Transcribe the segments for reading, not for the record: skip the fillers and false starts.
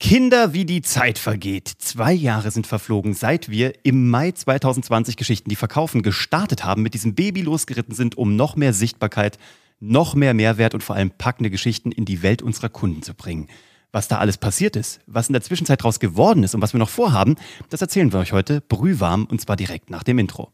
Kinder, wie die Zeit vergeht. 2 Jahre sind verflogen, seit wir im Mai 2020 Geschichten, die verkaufen, gestartet haben, mit diesem Baby losgeritten sind, um noch mehr Sichtbarkeit, noch mehr Mehrwert und vor allem packende Geschichten in die Welt unserer Kunden zu bringen. Was da alles passiert ist, was in der Zwischenzeit daraus geworden ist und was wir noch vorhaben, das erzählen wir euch heute brühwarm und zwar direkt nach dem Intro.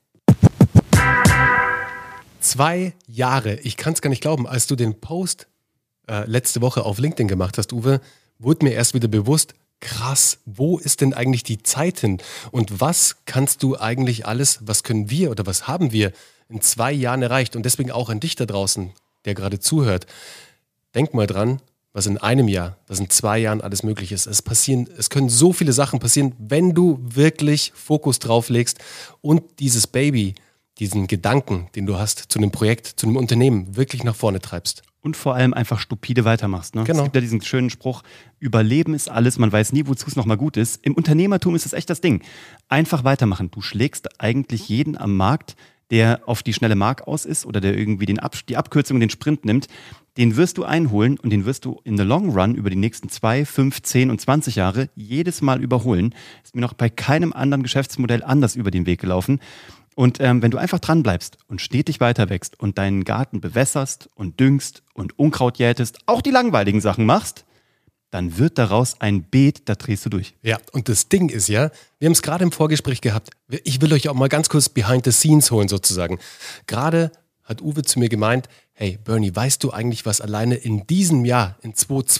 2 Jahre, ich kann es gar nicht glauben, als du den Post letzte Woche auf LinkedIn gemacht hast, Uwe, wurde mir erst wieder bewusst, krass, wo ist denn eigentlich die Zeit hin? Und was kannst du eigentlich alles, was können wir oder was haben wir in 2 Jahren erreicht? Und deswegen auch an dich da draußen, der gerade zuhört. Denk mal dran, was in einem Jahr, was in 2 Jahren alles möglich ist. Es können so viele Sachen passieren, wenn du wirklich Fokus drauf legst und dieses Baby, diesen Gedanken, den du hast zu einem Projekt, zu einem Unternehmen, wirklich nach vorne treibst. Und vor allem einfach stupide weitermachst. Ne? Genau. Es gibt ja diesen schönen Spruch, Überleben ist alles, man weiß nie, wozu es nochmal gut ist. Im Unternehmertum ist das echt das Ding. Einfach weitermachen. Du schlägst eigentlich jeden am Markt, der auf die schnelle Mark aus ist oder der irgendwie die Abkürzung und den Sprint nimmt. Den wirst du einholen und den wirst du in the long run über die nächsten 2, 5, 10 und 20 Jahre jedes Mal überholen. Ist mir noch bei keinem anderen Geschäftsmodell anders über den Weg gelaufen. Und wenn du einfach dran bleibst und stetig weiter wächst und deinen Garten bewässerst und düngst und Unkraut jätest, auch die langweiligen Sachen machst, dann wird daraus ein Beet, da drehst du durch. Ja, und das Ding ist ja, wir haben es gerade im Vorgespräch gehabt, ich will euch auch mal ganz kurz behind the scenes holen sozusagen. Gerade hat Uwe zu mir gemeint, hey Bernie, weißt du eigentlich, was alleine in diesem Jahr, in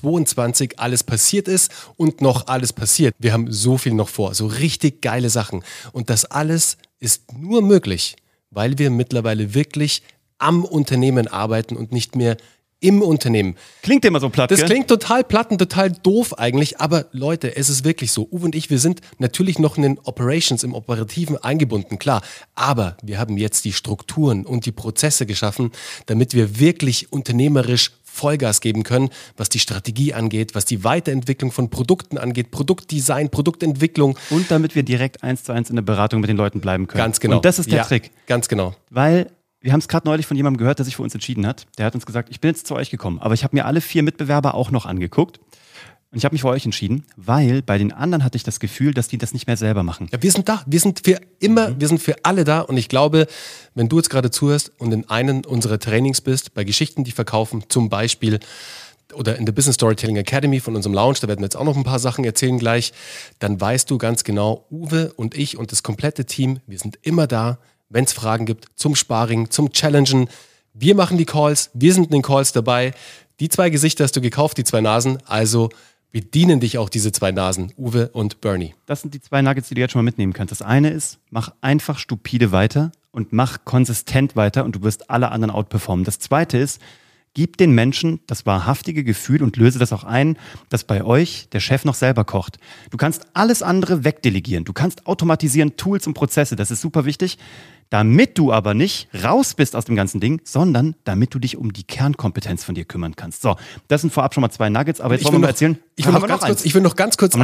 2022 alles passiert ist und noch alles passiert? Wir haben so viel noch vor, so richtig geile Sachen. Und das alles ist nur möglich, weil wir mittlerweile wirklich am Unternehmen arbeiten und nicht mehr im Unternehmen. Klingt immer so platt, Das gell? klingt total platt und total doof eigentlich, aber Leute, es ist wirklich so. Uwe und ich, wir sind natürlich noch in den Operations, im Operativen eingebunden, klar. Aber wir haben jetzt die Strukturen und die Prozesse geschaffen, damit wir wirklich unternehmerisch Vollgas geben können, was die Strategie angeht, was die Weiterentwicklung von Produkten angeht, Produktdesign, Produktentwicklung. Und damit wir direkt 1:1 in der Beratung mit den Leuten bleiben können. Ganz genau. Und das ist der Trick. Ganz genau. Weil wir haben es gerade neulich von jemandem gehört, der sich für uns entschieden hat. Der hat uns gesagt, ich bin jetzt zu euch gekommen, aber ich habe mir alle 4 Mitbewerber auch noch angeguckt. Und ich habe mich für euch entschieden, weil bei den anderen hatte ich das Gefühl, dass die das nicht mehr selber machen. Ja, wir sind da. Wir sind für immer, wir sind für alle da. Und ich glaube, wenn du jetzt gerade zuhörst und in einem unserer Trainings bist, bei Geschichten, die verkaufen, zum Beispiel, oder in der Business Storytelling Academy von unserem Lounge, da werden wir jetzt auch noch ein paar Sachen erzählen gleich, dann weißt du ganz genau, Uwe und ich und das komplette Team, wir sind immer da, wenn es Fragen gibt, zum Sparring, zum Challengen. Wir machen die Calls, wir sind in den Calls dabei. Die 2 Gesichter hast du gekauft, die 2 Nasen, also bedienen dich auch diese 2 Nasen, Uwe und Bernie. Das sind die 2 Nuggets, die du jetzt schon mal mitnehmen kannst. Das eine ist, mach einfach stupide weiter und mach konsistent weiter und du wirst alle anderen outperformen. Das zweite ist, gib den Menschen das wahrhaftige Gefühl und löse das auch ein, dass bei euch der Chef noch selber kocht. Du kannst alles andere wegdelegieren. Du kannst automatisieren, Tools und Prozesse. Das ist super wichtig. Damit du aber nicht raus bist aus dem ganzen Ding, sondern damit du dich um die Kernkompetenz von dir kümmern kannst. So, das sind vorab schon mal 2 Nuggets, aber jetzt wollen wir mal erzählen. Ich will noch ganz kurz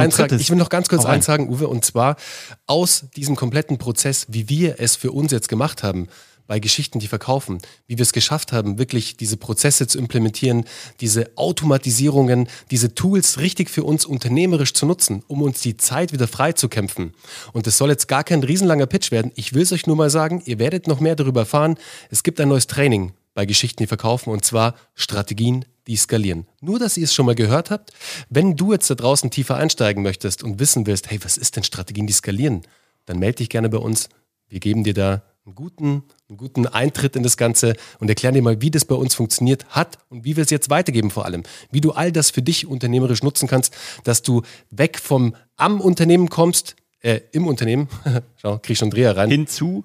eins sagen, Uwe, und zwar aus diesem kompletten Prozess, wie wir es für uns jetzt gemacht haben, bei Geschichten, die verkaufen, wie wir es geschafft haben, wirklich diese Prozesse zu implementieren, diese Automatisierungen, diese Tools richtig für uns unternehmerisch zu nutzen, um uns die Zeit wieder frei zu kämpfen. Und das soll jetzt gar kein riesenlanger Pitch werden. Ich will es euch nur mal sagen, ihr werdet noch mehr darüber erfahren. Es gibt ein neues Training bei Geschichten, die verkaufen, und zwar Strategien, die skalieren. Nur, dass ihr es schon mal gehört habt. Wenn du jetzt da draußen tiefer einsteigen möchtest und wissen willst, hey, was ist denn Strategien, die skalieren? Dann melde dich gerne bei uns. Wir geben dir da einen guten Eintritt in das Ganze und erklären dir mal, wie das bei uns funktioniert hat und wie wir es jetzt weitergeben vor allem. Wie du all das für dich unternehmerisch nutzen kannst, dass du weg vom am Unternehmen kommst, im Unternehmen, schau, krieg schon Dreher rein, hinzu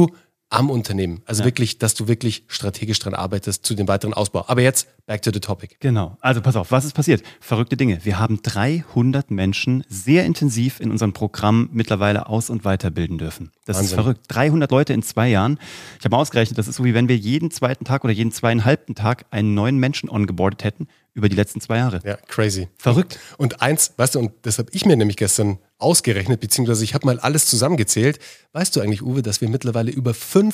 am Unternehmen. Also wirklich, dass du wirklich strategisch dran arbeitest zu dem weiteren Ausbau. Aber jetzt, back to the topic. Genau. Also pass auf, was ist passiert? Verrückte Dinge. Wir haben 300 Menschen sehr intensiv in unserem Programm mittlerweile aus- und weiterbilden dürfen. Das Wahnsinn. Ist verrückt. 300 Leute in 2 Jahren. Ich habe mal ausgerechnet, das ist so, wie wenn wir jeden 2. Tag oder jeden 2,5. Tag einen neuen Menschen ongeboardet hätten über die letzten 2 Jahre. Ja, crazy. Verrückt. Und eins, weißt du, und das habe ich mir nämlich gestern ausgerechnet, beziehungsweise ich habe mal alles zusammengezählt. Weißt du eigentlich, Uwe, dass wir mittlerweile über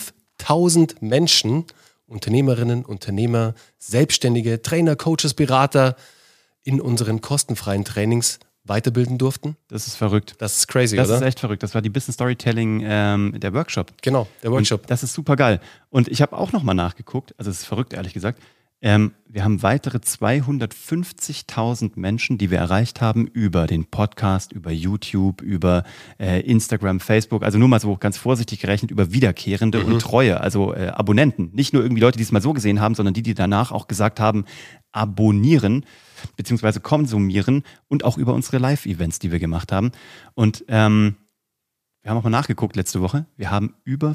5000 Menschen, Unternehmerinnen, Unternehmer, Selbstständige, Trainer, Coaches, Berater in unseren kostenfreien Trainings weiterbilden durften. Das ist verrückt. Das ist crazy, oder? Das ist echt verrückt. Das war die Business Storytelling, der Workshop. Genau, der Workshop. Und das ist super geil. Und ich habe auch nochmal nachgeguckt, also es ist verrückt, ehrlich gesagt. Wir haben weitere 250.000 Menschen, die wir erreicht haben über den Podcast, über YouTube, über Instagram, Facebook, also nur mal so ganz vorsichtig gerechnet, über Wiederkehrende und Treue, also Abonnenten. Nicht nur irgendwie Leute, die es mal so gesehen haben, sondern die danach auch gesagt haben, abonnieren beziehungsweise konsumieren und auch über unsere Live-Events, die wir gemacht haben. Und wir haben auch mal nachgeguckt letzte Woche. Wir haben über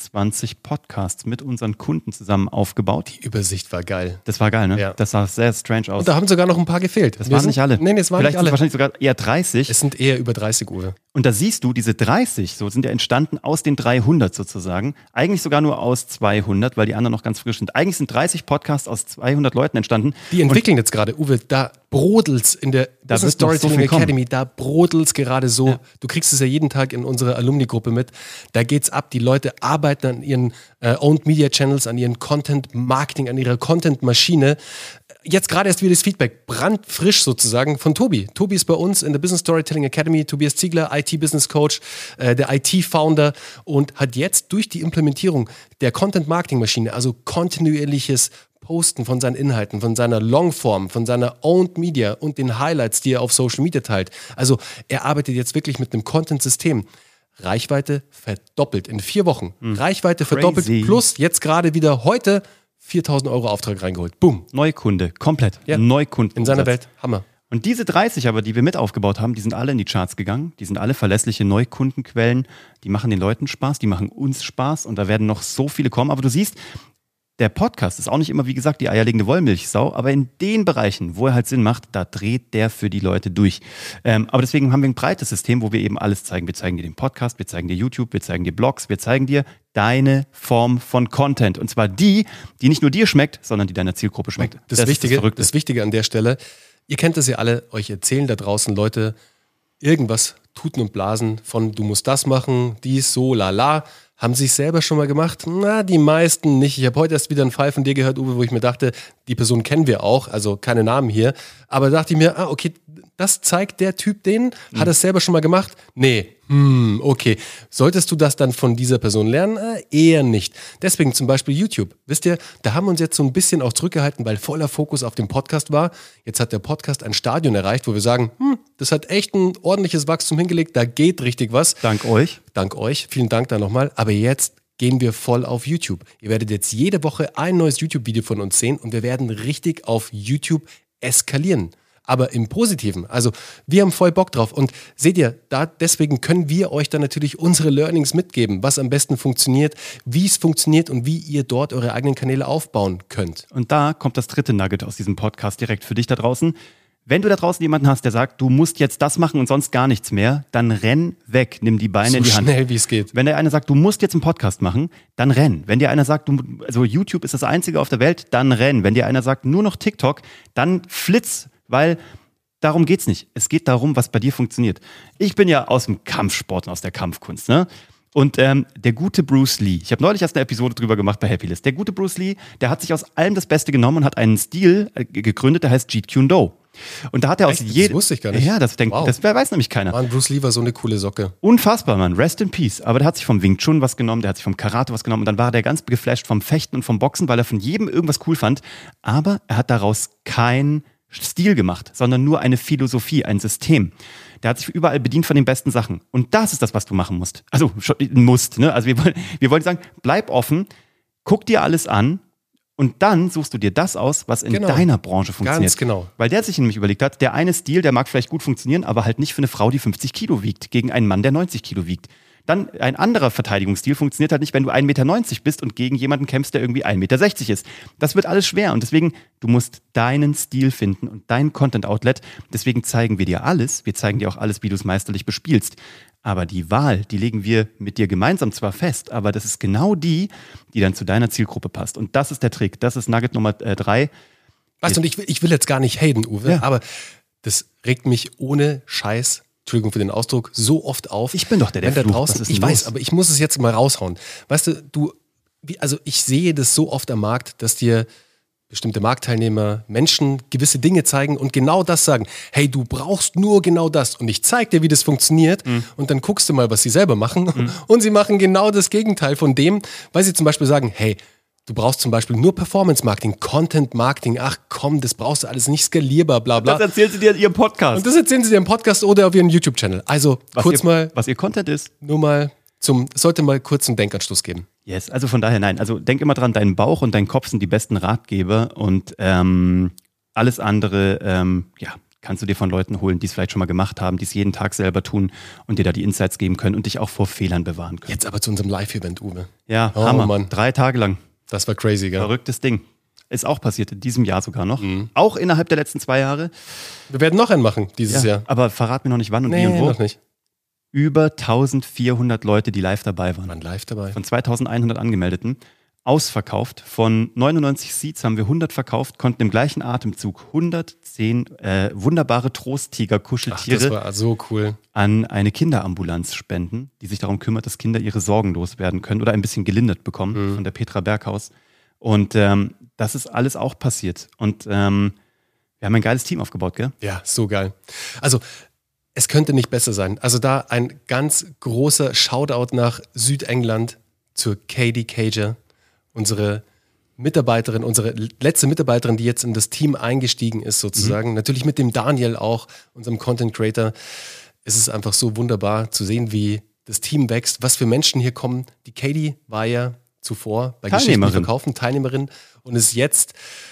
25 Podcasts mit unseren Kunden zusammen aufgebaut. Die Übersicht war geil. Das war geil, ne? Ja. Das sah sehr strange aus. Und da haben sogar noch ein paar gefehlt. Das waren nicht alle. Nee, das waren Vielleicht nicht alle. sind es wahrscheinlich sogar eher 30. Es sind eher über 30, Uwe. Und da siehst du, diese 30, so sind ja entstanden aus den 300 sozusagen. Eigentlich sogar nur aus 200, weil die anderen noch ganz frisch sind. Eigentlich sind 30 Podcasts aus 200 Leuten entstanden. Die entwickeln jetzt gerade, Uwe, da brodelt's in der Business Storytelling Academy, da brodelt's gerade so. Ja. Du kriegst es ja jeden Tag in unserer Alumni-Gruppe mit. Da geht's ab. Die Leute arbeiten an ihren Owned Media Channels, an ihren Content Marketing, an ihrer Content-Maschine. Jetzt gerade erst wieder das Feedback, brandfrisch sozusagen von Tobi. Tobi ist bei uns in der Business Storytelling Academy, Tobias Ziegler, IT-Business Coach, der IT-Founder und hat jetzt durch die Implementierung der Content-Marketing-Maschine, also kontinuierliches Posten von seinen Inhalten, von seiner Longform, von seiner Owned Media und den Highlights, die er auf Social Media teilt. Also er arbeitet jetzt wirklich mit einem Content-System. Reichweite verdoppelt in 4 Wochen. Reichweite verdoppelt plus jetzt gerade wieder heute 4.000 € Auftrag reingeholt. Boom. Neukunde, komplett. Ja. Neukunden. In seiner Welt. Hammer. Und diese 30 aber, die wir mit aufgebaut haben, die sind alle in die Charts gegangen. Die sind alle verlässliche Neukundenquellen. Die machen den Leuten Spaß, die machen uns Spaß und da werden noch so viele kommen. Aber du siehst, der Podcast ist auch nicht immer, wie gesagt, die eierlegende Wollmilchsau, aber in den Bereichen, wo er halt Sinn macht, da dreht der für die Leute durch. Aber deswegen haben wir ein breites System, wo wir eben alles zeigen. Wir zeigen dir den Podcast, wir zeigen dir YouTube, wir zeigen dir Blogs, wir zeigen dir deine Form von Content. Und zwar die nicht nur dir schmeckt, sondern die deiner Zielgruppe schmeckt. Das Wichtige an der Stelle, ihr kennt das ja alle, euch erzählen da draußen Leute irgendwas, tuten und blasen von du musst das machen, dies, so, lala. Haben sie es selber schon mal gemacht? Na, die meisten nicht. Ich habe heute erst wieder einen Fall von dir gehört, Uwe, wo ich mir dachte, die Person kennen wir auch, also keine Namen hier. Aber da dachte ich mir, okay, das zeigt der Typ den? Hat er es selber schon mal gemacht? Nee. Okay. Solltest du das dann von dieser Person lernen? Eher nicht. Deswegen zum Beispiel YouTube. Wisst ihr, da haben wir uns jetzt so ein bisschen auch zurückgehalten, weil voller Fokus auf dem Podcast war. Jetzt hat der Podcast ein Stadion erreicht, wo wir sagen, das hat echt ein ordentliches Wachstum hingelegt, da geht richtig was. Dank euch. Dank euch. Vielen Dank da nochmal. Aber jetzt gehen wir voll auf YouTube. Ihr werdet jetzt jede Woche ein neues YouTube-Video von uns sehen und wir werden richtig auf YouTube eskalieren. Aber im Positiven. Also wir haben voll Bock drauf. Und seht ihr, deswegen können wir euch dann natürlich unsere Learnings mitgeben, was am besten funktioniert, wie es funktioniert und wie ihr dort eure eigenen Kanäle aufbauen könnt. Und da kommt das dritte Nugget aus diesem Podcast direkt für dich da draußen. Wenn du da draußen jemanden hast, der sagt, du musst jetzt das machen und sonst gar nichts mehr, dann renn weg, nimm die Beine in die Hand. So schnell wie es geht. Wenn dir einer sagt, du musst jetzt einen Podcast machen, dann renn. Wenn dir einer sagt, also YouTube ist das Einzige auf der Welt, dann renn. Wenn dir einer sagt, nur noch TikTok, dann flitz. Weil darum geht's nicht. Es geht darum, was bei dir funktioniert. Ich bin ja aus dem Kampfsport und aus der Kampfkunst, ne? Und der gute Bruce Lee, ich habe neulich erst eine Episode drüber gemacht bei Happylist. Der gute Bruce Lee, der hat sich aus allem das Beste genommen und hat einen Stil gegründet, der heißt Jeet Kune Do. Und da hat er aus jedem. Das wusste ich gar nicht. Ja, das weiß nämlich keiner. Mann, Bruce Lee war so eine coole Socke. Unfassbar, Mann. Rest in Peace. Aber der hat sich vom Wing Chun was genommen, der hat sich vom Karate was genommen und dann war der ganz geflasht vom Fechten und vom Boxen, weil er von jedem irgendwas cool fand. Aber er hat daraus kein Stil gemacht, sondern nur eine Philosophie, ein System. Der hat sich überall bedient von den besten Sachen. Und das ist das, was du machen musst. Also, ne? Also wir wollen sagen, bleib offen, guck dir alles an und dann suchst du dir das aus, was in deiner Branche funktioniert. Ganz genau. Weil der sich nämlich überlegt hat, der eine Stil, der mag vielleicht gut funktionieren, aber halt nicht für eine Frau, die 50 Kilo wiegt, gegen einen Mann, der 90 Kilo wiegt. Dann ein anderer Verteidigungsstil funktioniert halt nicht, wenn du 1,90 Meter bist und gegen jemanden kämpfst, der irgendwie 1,60 Meter ist. Das wird alles schwer und deswegen, du musst deinen Stil finden und dein Content-Outlet. Deswegen zeigen wir dir alles. Wir zeigen dir auch alles, wie du es meisterlich bespielst. Aber die Wahl, die legen wir mit dir gemeinsam zwar fest, aber das ist genau die dann zu deiner Zielgruppe passt. Und das ist der Trick. Das ist Nugget Nummer 3. Weißt du, und ich will jetzt gar nicht haten, Uwe, aber das regt mich ohne Scheiß, Entschuldigung für den Ausdruck, so oft auf. Ich bin doch der da draußen. Ich weiß, aber ich muss es jetzt mal raushauen. Weißt du, ich sehe das so oft am Markt, dass dir bestimmte Marktteilnehmer, Menschen gewisse Dinge zeigen und genau das sagen. Hey, du brauchst nur genau das und ich zeige dir, wie das funktioniert und dann guckst du mal, was sie selber machen und sie machen genau das Gegenteil von dem, weil sie zum Beispiel sagen, hey, du brauchst zum Beispiel nur Performance-Marketing, Content-Marketing, ach komm, das brauchst du alles nicht skalierbar, bla bla. Das erzählen sie dir in ihrem Podcast. Und das erzählen sie dir im Podcast oder auf ihrem YouTube-Channel. Also was ihr Content ist. Nur mal sollte mal kurz einen Denkanstoß geben. Yes, also von daher nein. Also denk immer dran, dein Bauch und dein Kopf sind die besten Ratgeber und alles andere, kannst du dir von Leuten holen, die es vielleicht schon mal gemacht haben, die es jeden Tag selber tun und dir da die Insights geben können und dich auch vor Fehlern bewahren können. Jetzt aber zu unserem Live-Event, Uwe. Ja, Hammer. Mann. 3 Tage lang. Das war crazy, gell? Verrücktes Ding. Ist auch passiert in diesem Jahr sogar noch. Auch innerhalb der letzten 2 Jahre. Wir werden noch einen machen dieses Jahr. Aber verrat mir noch nicht wann und wie und wo. Noch nicht. Über 1400 Leute, die live dabei waren. Waren live dabei. Von 2100 Angemeldeten. Ausverkauft. Von 99 Seats haben wir 100 verkauft, konnten im gleichen Atemzug 110 wunderbare Trosttiger-Kuscheltiere das war so cool. an eine Kinderambulanz spenden, die sich darum kümmert, dass Kinder ihre Sorgen loswerden können oder ein bisschen gelindert bekommen von der Petra Berghaus. Und das ist alles auch passiert. Und wir haben ein geiles Team aufgebaut, gell? Ja, so geil. Also es könnte nicht besser sein. Also da ein ganz großer Shoutout nach Südengland zur Katie Cager, unsere Mitarbeiterin, unsere letzte Mitarbeiterin, die jetzt in das Team eingestiegen ist sozusagen. Natürlich mit dem Daniel auch, unserem Content Creator. Es ist einfach so wunderbar zu sehen, wie das Team wächst, was für Menschen hier kommen. Die Katie war ja zuvor bei Geschichten, die verkaufen, Teilnehmerin und ist jetzt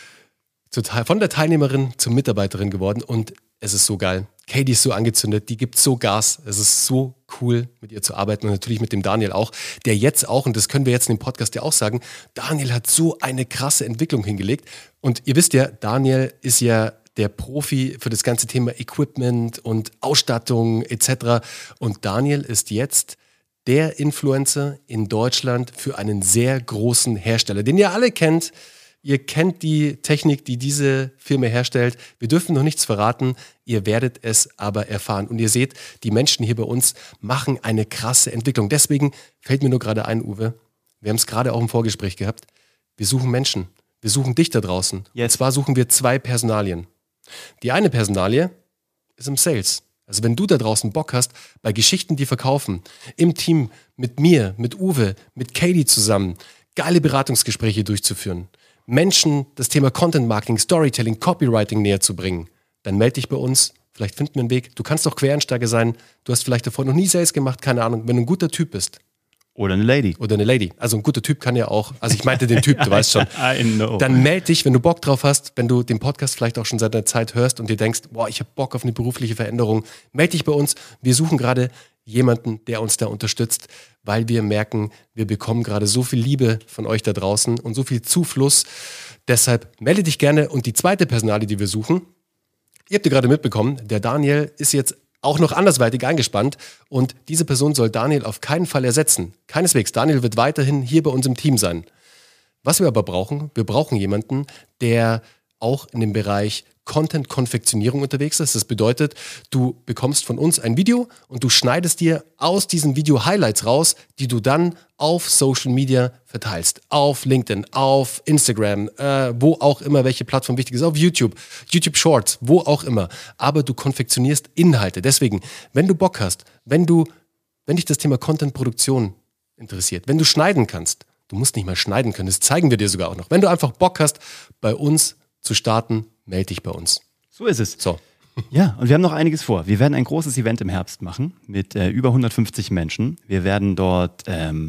von der Teilnehmerin zur Mitarbeiterin geworden und es ist so geil. Katie ist so angezündet, die gibt so Gas. Es ist so cool, mit ihr zu arbeiten und natürlich mit dem Daniel auch, der jetzt auch, und das können wir jetzt in dem Podcast ja auch sagen, Daniel hat so eine krasse Entwicklung hingelegt. Und ihr wisst ja, Daniel ist ja der Profi für das ganze Thema Equipment und Ausstattung etc. Und Daniel ist jetzt der Influencer in Deutschland für einen sehr großen Hersteller, den ihr alle kennt. Ihr kennt die Technik, die diese Firma herstellt. Wir dürfen noch nichts verraten. Ihr werdet es aber erfahren. Und ihr seht, die Menschen hier bei uns machen eine krasse Entwicklung. Deswegen fällt mir nur gerade ein, Uwe, wir haben es gerade auch im Vorgespräch gehabt, wir suchen Menschen. Wir suchen dich da draußen. Yes. Und zwar suchen wir 2 Personalien. Die eine Personalie ist im Sales. Also wenn du da draußen Bock hast, bei Geschichten, die verkaufen, im Team mit mir, mit Uwe, mit Katie zusammen, geile Beratungsgespräche durchzuführen, Menschen das Thema Content Marketing, Storytelling, Copywriting näher zu bringen, dann melde dich bei uns. Vielleicht finden wir einen Weg. Du kannst auch Quereinsteiger sein. Du hast vielleicht davor noch nie Sales gemacht, keine Ahnung. Wenn du ein guter Typ bist. Oder eine Lady. Also ein guter Typ kann ja auch, also ich meinte den Typ, du weißt schon. I know. Dann melde dich, wenn du Bock drauf hast, wenn du den Podcast vielleicht auch schon seit einer Zeit hörst und dir denkst, boah, ich habe Bock auf eine berufliche Veränderung. Melde dich bei uns. Wir suchen gerade jemanden, der uns da unterstützt, weil wir merken, wir bekommen gerade so viel Liebe von euch da draußen und so viel Zufluss. Deshalb melde dich gerne. Und die zweite Personalie, die wir suchen, ihr habt ja gerade mitbekommen, der Daniel ist jetzt auch noch andersweitig eingespannt und diese Person soll Daniel auf keinen Fall ersetzen. Keineswegs. Daniel wird weiterhin hier bei uns im Team sein. Was wir aber brauchen, wir brauchen jemanden, der auch in dem Bereich Content-Konfektionierung unterwegs ist. Das bedeutet, du bekommst von uns ein Video und du schneidest dir aus diesem Video Highlights raus, die du dann auf Social Media verteilst. Auf LinkedIn, auf Instagram, wo auch immer, welche Plattform wichtig ist, auf YouTube, YouTube Shorts, wo auch immer. Aber du konfektionierst Inhalte. Deswegen, wenn du Bock hast, wenn dich das Thema Content-Produktion interessiert, wenn du schneiden kannst, du musst nicht mal schneiden können, das zeigen wir dir sogar auch noch. Wenn du einfach Bock hast, bei uns zu starten, melde dich bei uns. So ist es. So. Ja, und wir haben noch einiges vor. Wir werden ein großes Event im Herbst machen mit über 150 Menschen. Wir werden dort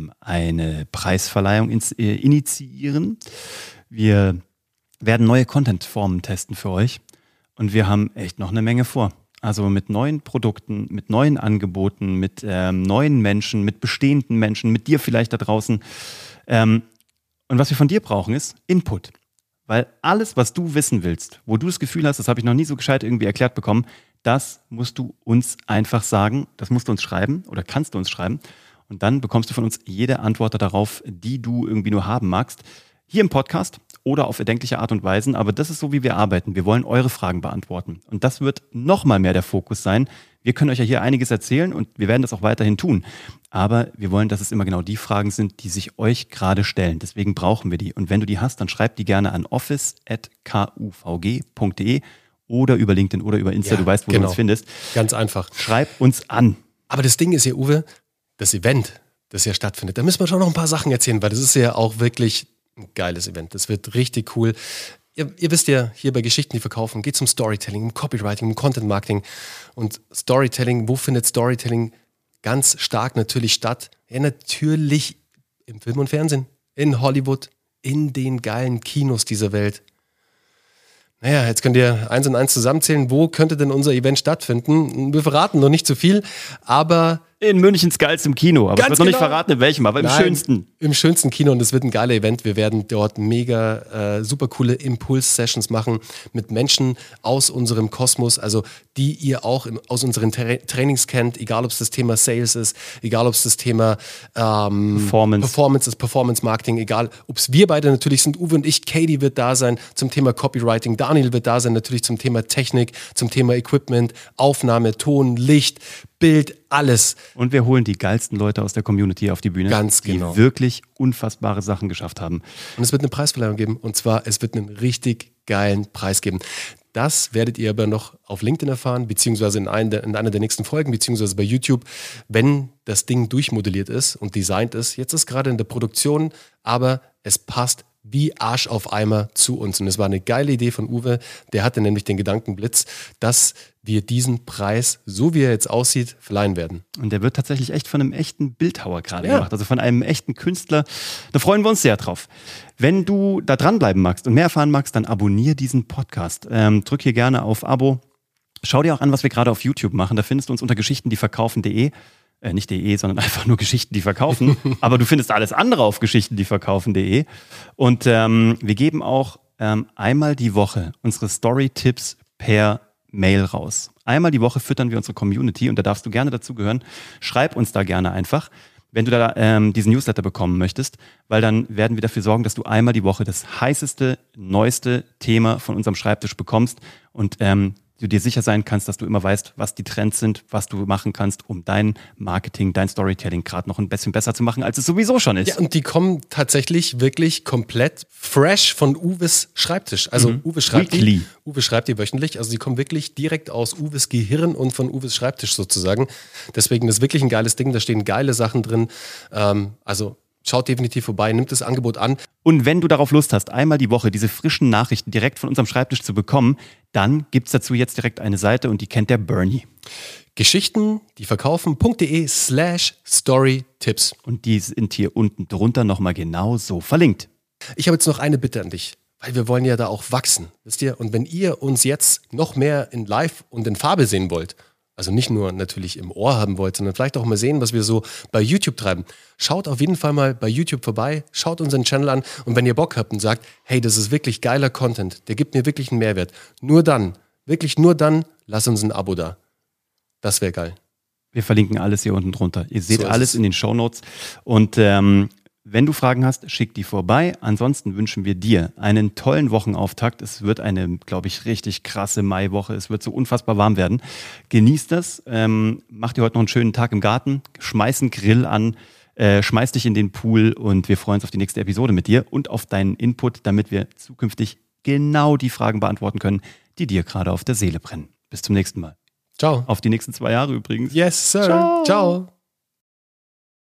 eine Preisverleihung initiieren. Wir werden neue Content-Formen testen für euch. Und wir haben echt noch eine Menge vor. Also mit neuen Produkten, mit neuen Angeboten, mit neuen Menschen, mit bestehenden Menschen, mit dir vielleicht da draußen. Und was wir von dir brauchen, ist Input. Weil alles, was du wissen willst, wo du das Gefühl hast, das habe ich noch nie so gescheit irgendwie erklärt bekommen, das musst du uns einfach sagen, das musst du uns schreiben oder kannst du uns schreiben und dann bekommst du von uns jede Antwort darauf, die du irgendwie nur haben magst, hier im Podcast oder auf erdenkliche Art und Weisen. Aber das ist so, wie wir arbeiten. Wir wollen eure Fragen beantworten. Und das wird nochmal mehr der Fokus sein. Wir können euch ja hier einiges erzählen und wir werden das auch weiterhin tun. Aber wir wollen, dass es immer genau die Fragen sind, die sich euch gerade stellen. Deswegen brauchen wir die. Und wenn du die hast, dann schreib die gerne an office@kuvg.de oder über LinkedIn oder über Insta. Ja, du weißt, wo du uns findest. Ganz einfach. Schreib uns an. Aber das Ding ist ja, Uwe, das Event, das ja stattfindet, da müssen wir schon noch ein paar Sachen erzählen, weil das ist ja auch wirklich ein geiles Event. Das wird richtig cool. Ihr wisst ja, hier bei Geschichten, die verkaufen, geht es um Storytelling, um Copywriting, um Content Marketing. Und Storytelling, wo findet Storytelling ganz stark natürlich statt? Ja, natürlich im Film und Fernsehen, in Hollywood, in den geilen Kinos dieser Welt. Naja, jetzt könnt ihr 1 und 1 zusammenzählen. Wo könnte denn unser Event stattfinden? Wir verraten noch nicht zu viel, aber... In Münchens geilstem Kino. Aber ich wird noch nicht verraten, in welchem, aber im schönsten. Im schönsten Kino, und es wird ein geiler Event. Wir werden dort mega super coole Impuls-Sessions machen mit Menschen aus unserem Kosmos, also die ihr auch aus unseren Trainings kennt, egal ob es das Thema Sales ist, egal ob es das Thema Performance ist, Performance-Marketing, egal ob es wir beide natürlich sind, Uwe und ich, Katie wird da sein zum Thema Copywriting, Daniel wird da sein natürlich zum Thema Technik, zum Thema Equipment, Aufnahme, Ton, Licht, Bild, alles. Und wir holen die geilsten Leute aus der Community auf die Bühne, ganz genau, die wirklich unfassbare Sachen geschafft haben. Und es wird eine Preisverleihung geben, und zwar, es wird einen richtig geilen Preis geben. Das werdet ihr aber noch auf LinkedIn erfahren, beziehungsweise in einer der nächsten Folgen, beziehungsweise bei YouTube, wenn das Ding durchmodelliert ist und designt ist. Jetzt ist gerade in der Produktion, aber es passt wie Arsch auf Eimer zu uns. Und es war eine geile Idee von Uwe, der hatte nämlich den Gedankenblitz, dass wir diesen Preis, so wie er jetzt aussieht, verleihen werden. Und der wird tatsächlich echt von einem echten Bildhauer gerade gemacht, also von einem echten Künstler. Da freuen wir uns sehr drauf. Wenn du da dranbleiben magst und mehr erfahren magst, dann abonnier diesen Podcast. Drück hier gerne auf Abo. Schau dir auch an, was wir gerade auf YouTube machen. Da findest du uns unter geschichtendieverkaufen.de. Nicht .de, sondern einfach nur Geschichten, die verkaufen. Aber du findest alles andere auf geschichtendieverkaufen.de. Und wir geben auch einmal die Woche unsere Story-Tipps per Mail raus. Einmal die Woche füttern wir unsere Community und da darfst du gerne dazugehören. Schreib uns da gerne einfach, wenn du da diesen Newsletter bekommen möchtest, weil dann werden wir dafür sorgen, dass du einmal die Woche das heißeste, neueste Thema von unserem Schreibtisch bekommst und du dir sicher sein kannst, dass du immer weißt, was die Trends sind, was du machen kannst, um dein Marketing, dein Storytelling gerade noch ein bisschen besser zu machen, als es sowieso schon ist. Ja, und die kommen tatsächlich wirklich komplett fresh von Uwes Schreibtisch. Also Uwe schreibt die wöchentlich. Also die kommen wirklich direkt aus Uwes Gehirn und von Uwes Schreibtisch sozusagen. Deswegen ist wirklich ein geiles Ding. Da stehen geile Sachen drin. Also schaut definitiv vorbei, nimmt das Angebot an. Und wenn du darauf Lust hast, einmal die Woche diese frischen Nachrichten direkt von unserem Schreibtisch zu bekommen, dann gibt es dazu jetzt direkt eine Seite und die kennt der Bernie. Geschichtendieverkaufen.de/Storytipps. Und die sind hier unten drunter nochmal genau so verlinkt. Ich habe jetzt noch eine Bitte an dich, weil wir wollen ja da auch wachsen, wisst ihr? Und wenn ihr uns jetzt noch mehr in Live und in Farbe sehen wollt, also nicht nur natürlich im Ohr haben wollt, sondern vielleicht auch mal sehen, was wir so bei YouTube treiben. Schaut auf jeden Fall mal bei YouTube vorbei, schaut unseren Channel an und wenn ihr Bock habt und sagt, hey, das ist wirklich geiler Content, der gibt mir wirklich einen Mehrwert, nur dann, wirklich nur dann, lasst uns ein Abo da. Das wäre geil. Wir verlinken alles hier unten drunter. Ihr seht alles in den Shownotes und wenn du Fragen hast, schick die vorbei. Ansonsten wünschen wir dir einen tollen Wochenauftakt. Es wird eine, glaube ich, richtig krasse Maiwoche. Es wird so unfassbar warm werden. Genießt das. Mach dir heute noch einen schönen Tag im Garten. Schmeiß einen Grill an. Schmeiß dich in den Pool. Und wir freuen uns auf die nächste Episode mit dir und auf deinen Input, damit wir zukünftig genau die Fragen beantworten können, die dir gerade auf der Seele brennen. Bis zum nächsten Mal. Ciao. Auf die nächsten 2 Jahre übrigens. Yes, sir. Ciao. Ciao.